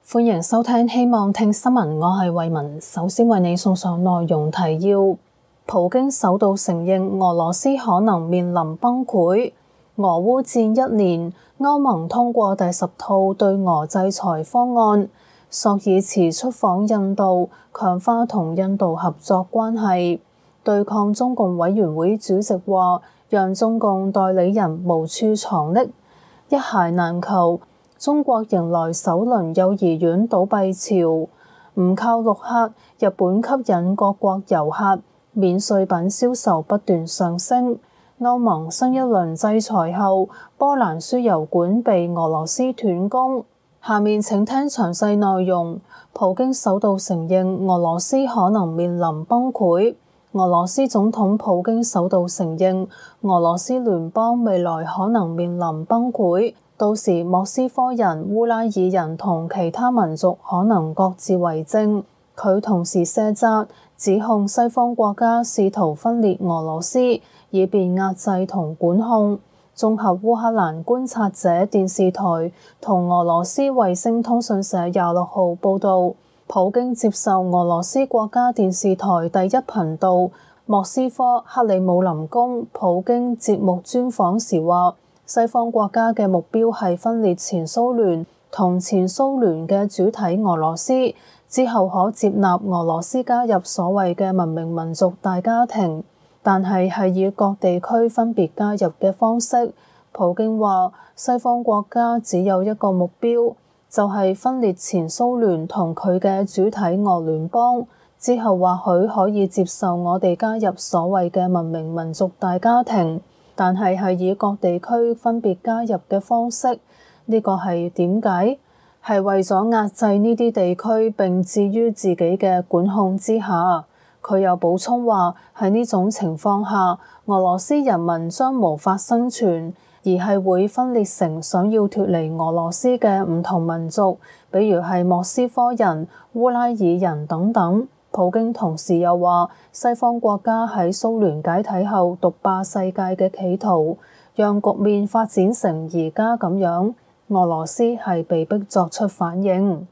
歡迎收聽希望聽新聞，我係慧雯。首先為你送上內容提要。普京首度承認俄羅斯可能面臨崩潰。俄烏戰一年，歐盟通過第10套對俄制裁方案。朔爾茨出訪印度，強化同印度合作關係。對抗中共委員會主席話，讓中共代理人無處藏匿。一孩難求，中國迎來首輪幼兒園倒閉潮。唔靠陸客，日本吸引各國遊客，免稅品銷售不斷上升。歐盟新一輪制裁後，波蘭輸油管被俄羅斯斷供。下面請聽詳細內容。普京首度承認俄羅斯可能面臨崩潰。俄羅斯總統普京首度承認俄羅斯聯邦未來可能面臨崩潰，到時莫斯科人、烏拉爾人同其他民族可能各自為政。佢同時卸責，指控西方國家試圖分裂俄羅斯，以便壓制同管控。綜合烏克蘭觀察者電視台同俄羅斯衛星通訊社26號報導，普京接受俄羅斯國家電視台第一頻道莫斯科克里姆林宮普京節目專訪時話，西方國家嘅目標係分裂前蘇聯同前蘇聯嘅主體俄羅斯，之後可接納俄羅斯加入所謂嘅文明民族大家庭，但係以各地區分別加入嘅方式。普京話，西方國家只有一個目標，就係分裂前蘇聯同佢嘅主體俄聯邦，之後或許可以接受我哋加入所謂嘅文明民族大家庭，但係以各地區分別加入嘅方式。呢個係點解？係為咗壓制呢啲地區並置於自己嘅管控之下。佢又補充話，喺呢種情況下，俄羅斯人民將無法生存，而係會分裂成想要脫離俄羅斯嘅唔同民族，比如係莫斯科人、烏拉爾人等等。普京同時又話，西方國家喺蘇聯解體後獨霸世界嘅企圖，讓局面發展成而家咁樣，俄羅斯係被迫作出反應。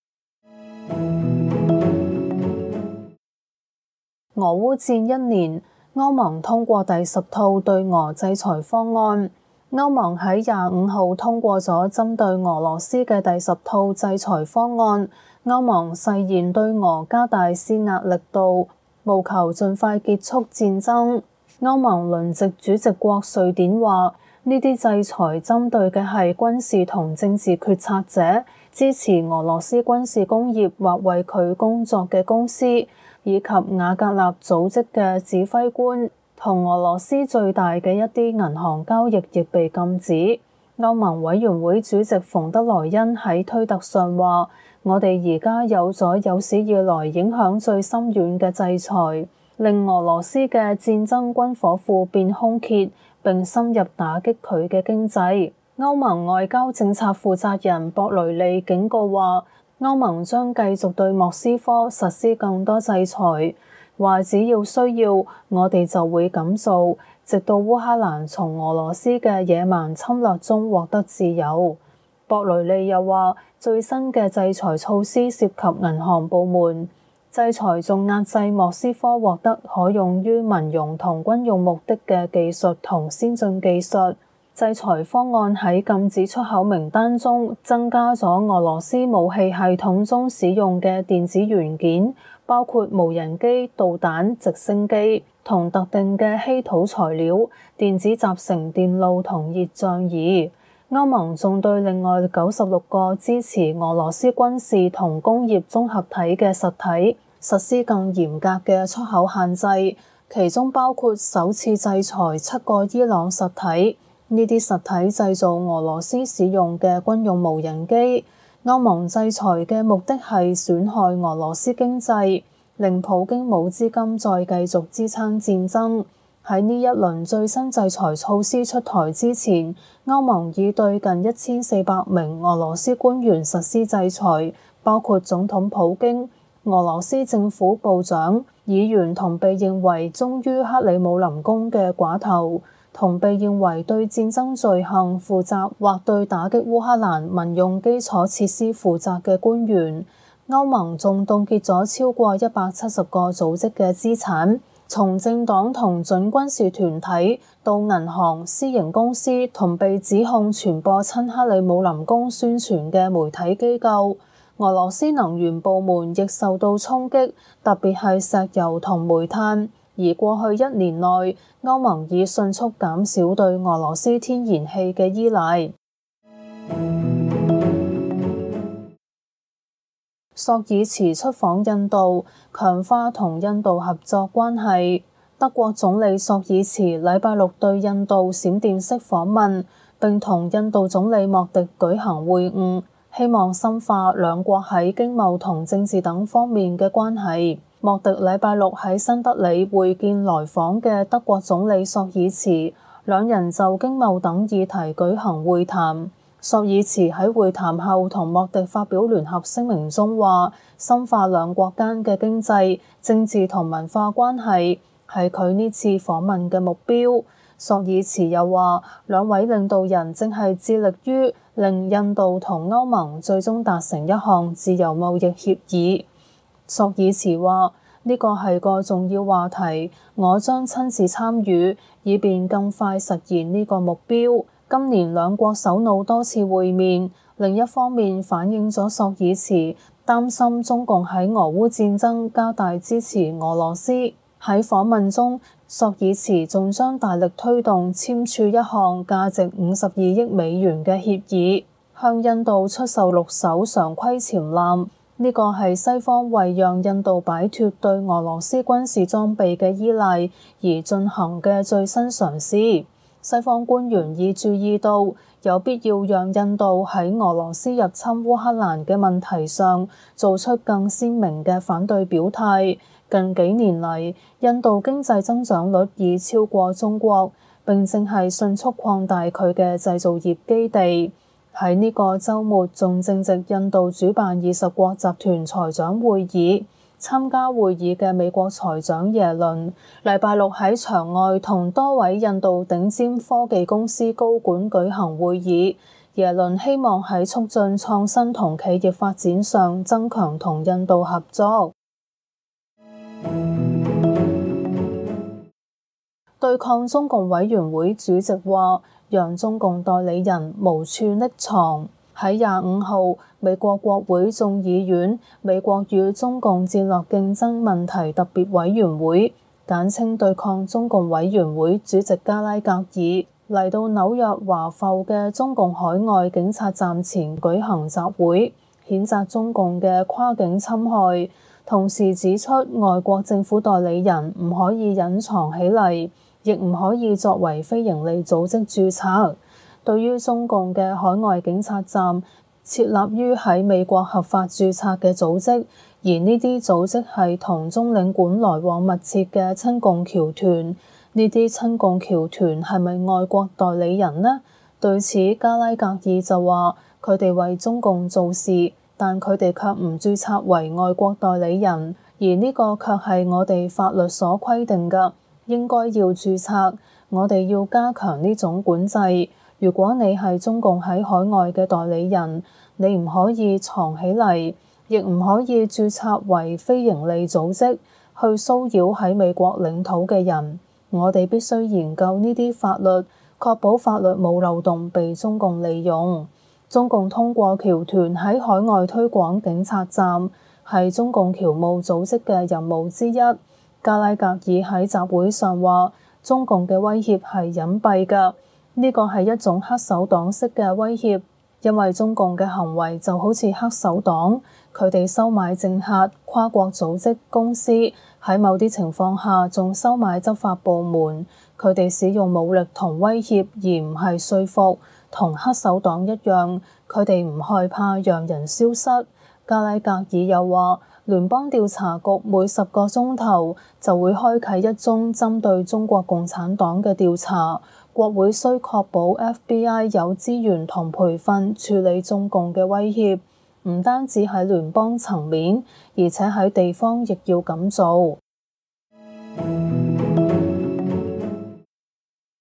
俄烏戰一年，歐盟通過第10套對俄制裁方案。歐盟喺25號通過咗針對俄羅斯嘅第10套制裁方案。歐盟誓言對俄加大施壓力度，務求盡快結束戰爭。歐盟輪值主席國瑞典話，呢啲制裁針對嘅係軍事同政治決策者，支持俄羅斯軍事工業或為佢工作嘅公司，以及瓦格納組織嘅指揮官。同俄羅斯最大嘅一啲銀行交易亦被禁止。歐盟委員會主席馮德萊恩喺推特上話，我哋而家有咗有史以來影響最深遠嘅制裁，令俄羅斯嘅戰爭軍火庫變空竭，並深入打擊佢嘅經濟。歐盟外交政策負責人博雷利警告話，歐盟將繼續對莫斯科實施更多制裁，話只要需要，我哋就會咁做，直到烏克蘭從俄羅斯嘅野蠻侵略中獲得自由。博雷利又話，最新嘅制裁措施涉及銀行部門，制裁仲壓制莫斯科獲得可用於民用同軍用目的嘅技術同先進技術。制裁方案喺禁止出口名單中增加咗俄羅斯武器系統中使用嘅電子元件，包括無人機、導彈、直升機同特定嘅稀土材料、電子集成電路同熱像儀。歐盟仲對另外96個支持俄羅斯軍事同工業綜合體嘅實體實施更嚴格嘅出口限制，其中包括首次制裁7個伊朗實體。呢啲實體製造俄羅斯使用嘅軍用無人機。歐盟制裁嘅目的係損害俄羅斯經濟，令普京冇資金再繼續支撐戰爭。喺呢一輪最新制裁措施出台之前，歐盟已對近1400名俄羅斯官員實施制裁，包括總統普京、俄羅斯政府部長、議員同被認為忠於克里姆林宮嘅寡頭， 同被認為對戰爭罪行負責或對打擊烏克蘭民用基礎設施負責嘅官員。歐盟仲凍結咗超過170個組織嘅資產，從政黨同準軍事團體到銀行、私營公司同被指控傳播親克里姆林宮宣傳嘅媒體機構。俄羅斯能源部門亦受到衝擊，特別係石油同煤炭。而過去1年內，歐盟已迅速減少對俄羅斯天然氣嘅依賴。朔爾茨出訪印度，強化同印度合作關係。德國總理朔爾茨禮拜六對印度閃電式訪問，並同印度總理莫迪舉行會晤，希望深化兩國喺經貿同政治等方面嘅關係。莫迪禮拜六喺新德里會見來訪嘅德國總理朔爾茨，兩人就經貿等議題舉行會談。朔爾茨喺會談後同莫迪發表聯合聲明中話，深化兩國間嘅經濟、政治同文化關係係佢呢次訪問嘅目標。朔爾茨又話，兩位領導人正係致力於令印度同歐盟最終達成一項自由貿易協議。朔爾茨話，呢個係個重要話題，我將親自參與，以便更快實現呢個目標。今年兩國首腦多次會面，另一方面反映咗朔爾茨擔心中共喺俄烏戰爭加大支持俄羅斯。喺訪問中，朔爾茨仲將大力推動簽署一項價值52億美元嘅協議，向印度出售6艘常規潛艦。呢個係西方為讓印度擺脱對俄羅斯軍事裝備嘅依賴而進行嘅最新嘗試。西方官員已注意到有必要讓印度喺俄羅斯入侵烏克蘭嘅問題上做出更鮮明嘅反對表態。近幾年嚟，印度經濟增長率已超過中國，並正係迅速擴大佢嘅製造業基地。喺呢個週末，仲正值印度主辦20國集團財長會議。參加會議嘅美國財長耶倫禮拜六喺場外同多位印度頂尖科技公司高管舉行會議。耶倫希望喺促進創新同企業發展上增強同印度合作。對抗中共委員會主席話，讓中共代理人無處匿藏。喺25號，美國國會眾議院美國與中共戰略競爭問題特別委員會簡稱對抗中共委員會主席加拉格爾嚟到紐約華埠嘅中共海外警察站前舉行集會，譴責中共嘅跨境侵害，同時指出外國政府代理人唔可以隱藏起嚟，亦唔可以作為非營利組織註冊。對於中共嘅海外警察站設立於喺美國合法註冊嘅組織，而呢啲組織係同中領館來往密切嘅親共僑團，呢啲親共僑團係咪外國代理人呢？對此，加拉格爾就話：佢哋為中共做事，但佢哋卻唔註冊為外國代理人，而呢個卻係我哋法律所規定嘅，應該要註冊。我哋要加強呢種管制。如果你係中共喺海外嘅代理人，你唔可以藏起嚟，亦唔可以註冊為非營利組織去騷擾喺美國領土嘅人。我哋必須研究呢啲法律，確保法律冇漏洞被中共利用。中共通過僑團喺海外推廣警察站，係中共僑務組織嘅任務之一。加拉格爾喺集會上話：中共嘅威脅係隱蔽㗎。呢個係一種黑手黨式嘅威脅，因為中共嘅行為就好似黑手黨，佢哋收買政客、跨國組織、公司，喺某啲情況下仲收買執法部門。佢哋使用武力同威脅，而唔係說服。同黑手黨一樣，佢哋唔害怕讓人消失。加拉格爾又話，聯邦調查局每10個鐘頭就會開啟一宗針對中國共產黨嘅調查。國會需確保 FBI 有資源同培訓處理中共嘅威脅，唔單止喺聯邦層面，而且喺地方亦要咁做。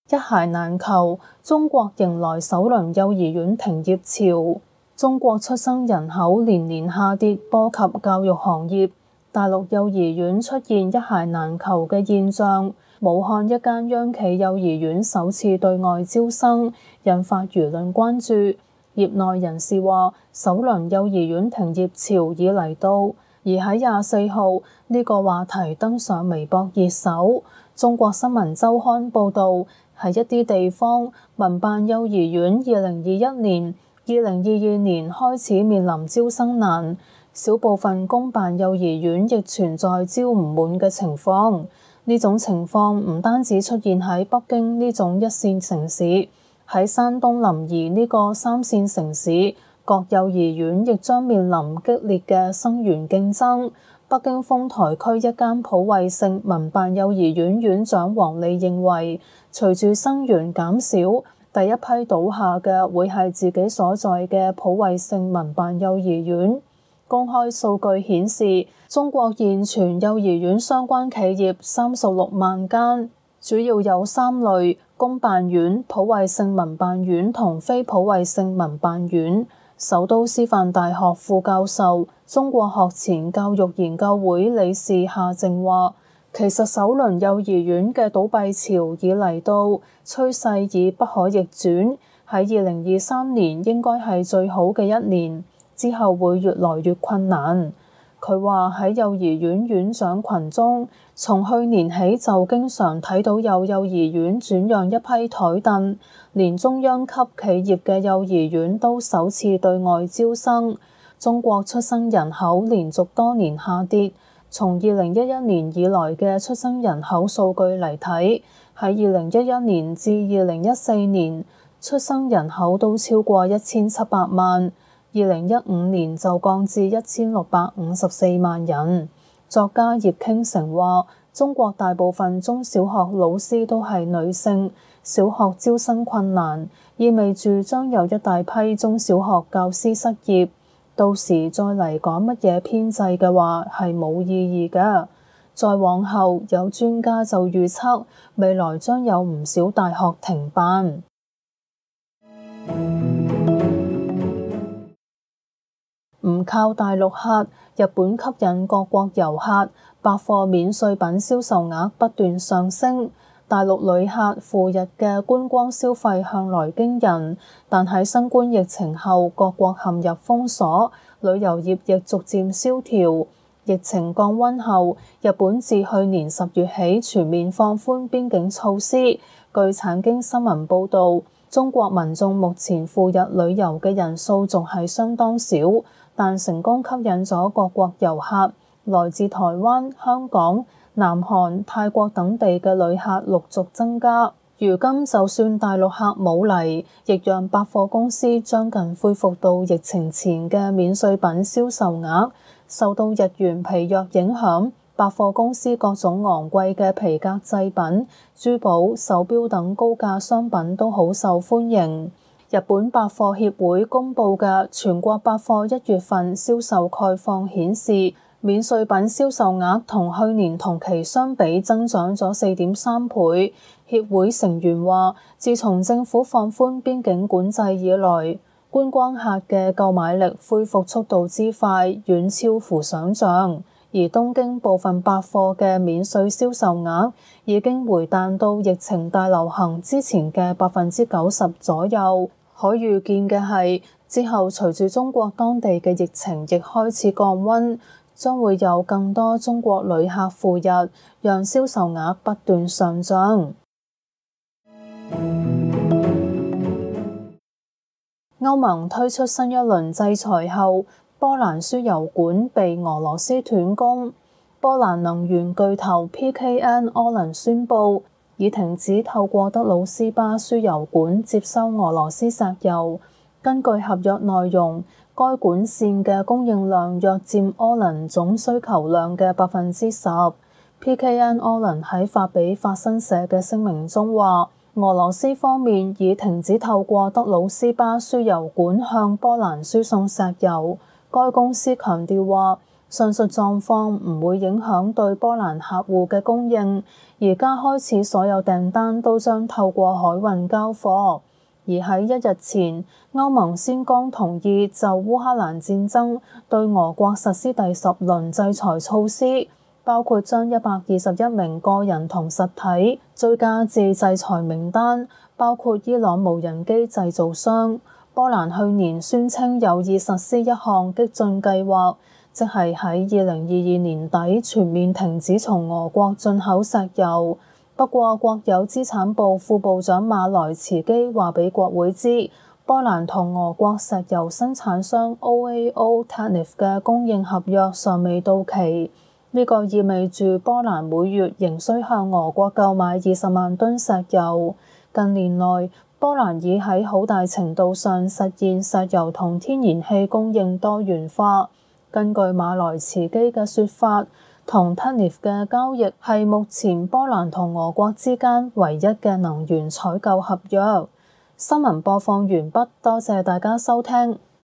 一孩難求，中國迎來首輪幼兒園停業潮。中國出生人口年年下跌，波及教育行業。大陸幼兒園出現一孩難求嘅現象。武漢一間央企幼兒園首次對外招生，引發輿論關注。業內人士話，首輪幼兒園停業潮已嚟到，而喺24號呢個話題登上微博熱搜。中國新聞週刊報導，喺一啲地方，民辦幼兒園2021年、2022年開始面臨招生難，小部分公辦幼兒園亦存在招唔滿嘅情況。呢種情況唔單止出現喺北京呢種一線城市，喺山東臨沂呢個三線城市，各幼兒園亦將面臨激烈嘅生源競爭。北京豐台區一間普惠性民辦幼兒園院長王利認為，隨住生源減少，第一批倒下嘅會係自己所在嘅普惠性民辦幼兒園。公開數據顯示，中國現存幼兒園相關企業36萬間，主要有3類：公辦院、普惠性民辦院同非普惠性民辦院。首都師範大學副教授、中國學前教育研究會理事夏靜話，其實首輪幼兒園嘅倒閉潮已嚟到，趨勢已不可逆轉。喺2023年應該係最好嘅一年。之後會越來越困難。佢話喺幼兒園院長群中，從去年起就經常睇到有幼兒園轉讓一批台凳，連中央級企業嘅幼兒園都首次對外招生。中國出生人口連續多年下跌，從2011年以來嘅出生人口數據嚟睇，喺2011年至2014年，出生人口都超過1700萬。2015年就降至1654萬人。作家葉傾城話，中國大部分中小學老師都係女性，小學招生困難，意味住將有一大批中小學教師失業。到時再嚟講乜嘢編制嘅話，係冇意義㗎。再往後，有專家就預測未來將有唔少大學停辦。唔靠大陸客，日本吸引各國遊客，百貨免稅品銷售額不斷上升。大陸旅客赴日嘅觀光消費向來驚人，但喺新冠疫情後，各國陷入封鎖，旅遊業亦逐漸蕭條。疫情降溫後，日本自去年10月起全面放寬邊境措施。據產經新聞報導，中國民眾目前赴日旅遊嘅人數仲係相當少，但成功吸引咗各國遊客，來自台灣、香港、南韓、泰國等地嘅旅客陸續增加。如今就算大陸客冇嚟，亦讓百貨公司將近恢復到疫情前嘅免稅品銷售額。受到日元疲弱影響，百貨公司各種昂貴嘅皮革製品、珠寶、手錶等高價商品都好受歡迎。日本百貨協會公佈嘅全國百貨1月份銷售概況顯示，免稅品銷售額同去年同期相比增長咗4.3倍。協會成員話，自從政府放寬邊境管制以來，觀光客嘅購買力恢復速度之快，遠超乎想像。而東京部分百貨嘅免稅銷售額已經回彈到疫情大流行之前嘅90%左右。可預見嘅係，之後隨住中國當地嘅疫情亦開始降溫，將會有更多中國旅客赴日，讓銷售額不斷上漲。歐盟推出新一輪制裁後，波蘭輸油管被俄羅斯斷供。波蘭能源巨頭 PKN ORLEN 宣布，已停止透過德魯斯巴輸油管接收俄羅斯石油。根據合約內容，該管線嘅供應量約佔ORLEN總需求量嘅10%。PKN ORLEN 喺發俾法新社嘅聲明中話，俄羅斯方面已停止透過德魯斯巴輸油管向波蘭輸送石油。該公司強調話， 上述狀況唔會影響對波蘭客戶嘅供應，而家開始所有訂單都將透過海運交貨。而喺一日前，歐盟先剛同意就烏克蘭戰爭對俄國實施第10輪制裁措施，包括將121名個人同實體追加至制裁名單，包括伊朗無人機製造商。波蘭去年宣稱有意實施一項激進計劃，即係喺2022年底全面停止從俄國進口石油。不過，國有資產部副部長馬萊茨基話俾國會知，波蘭同俄國石油生產商 OAO Tatneft 嘅供應合約尚未到期。呢個意味住波蘭每月仍需向俄國購買20萬噸石油。近年來，波蘭已喺好大程度上實現石油同天然氣供應多元化。根據馬萊茨基嘅說法，同 Tatneft 嘅交易係目前波蘭同俄國之間唯一嘅能源採購合約。新聞播放完畢，多謝大家收聽。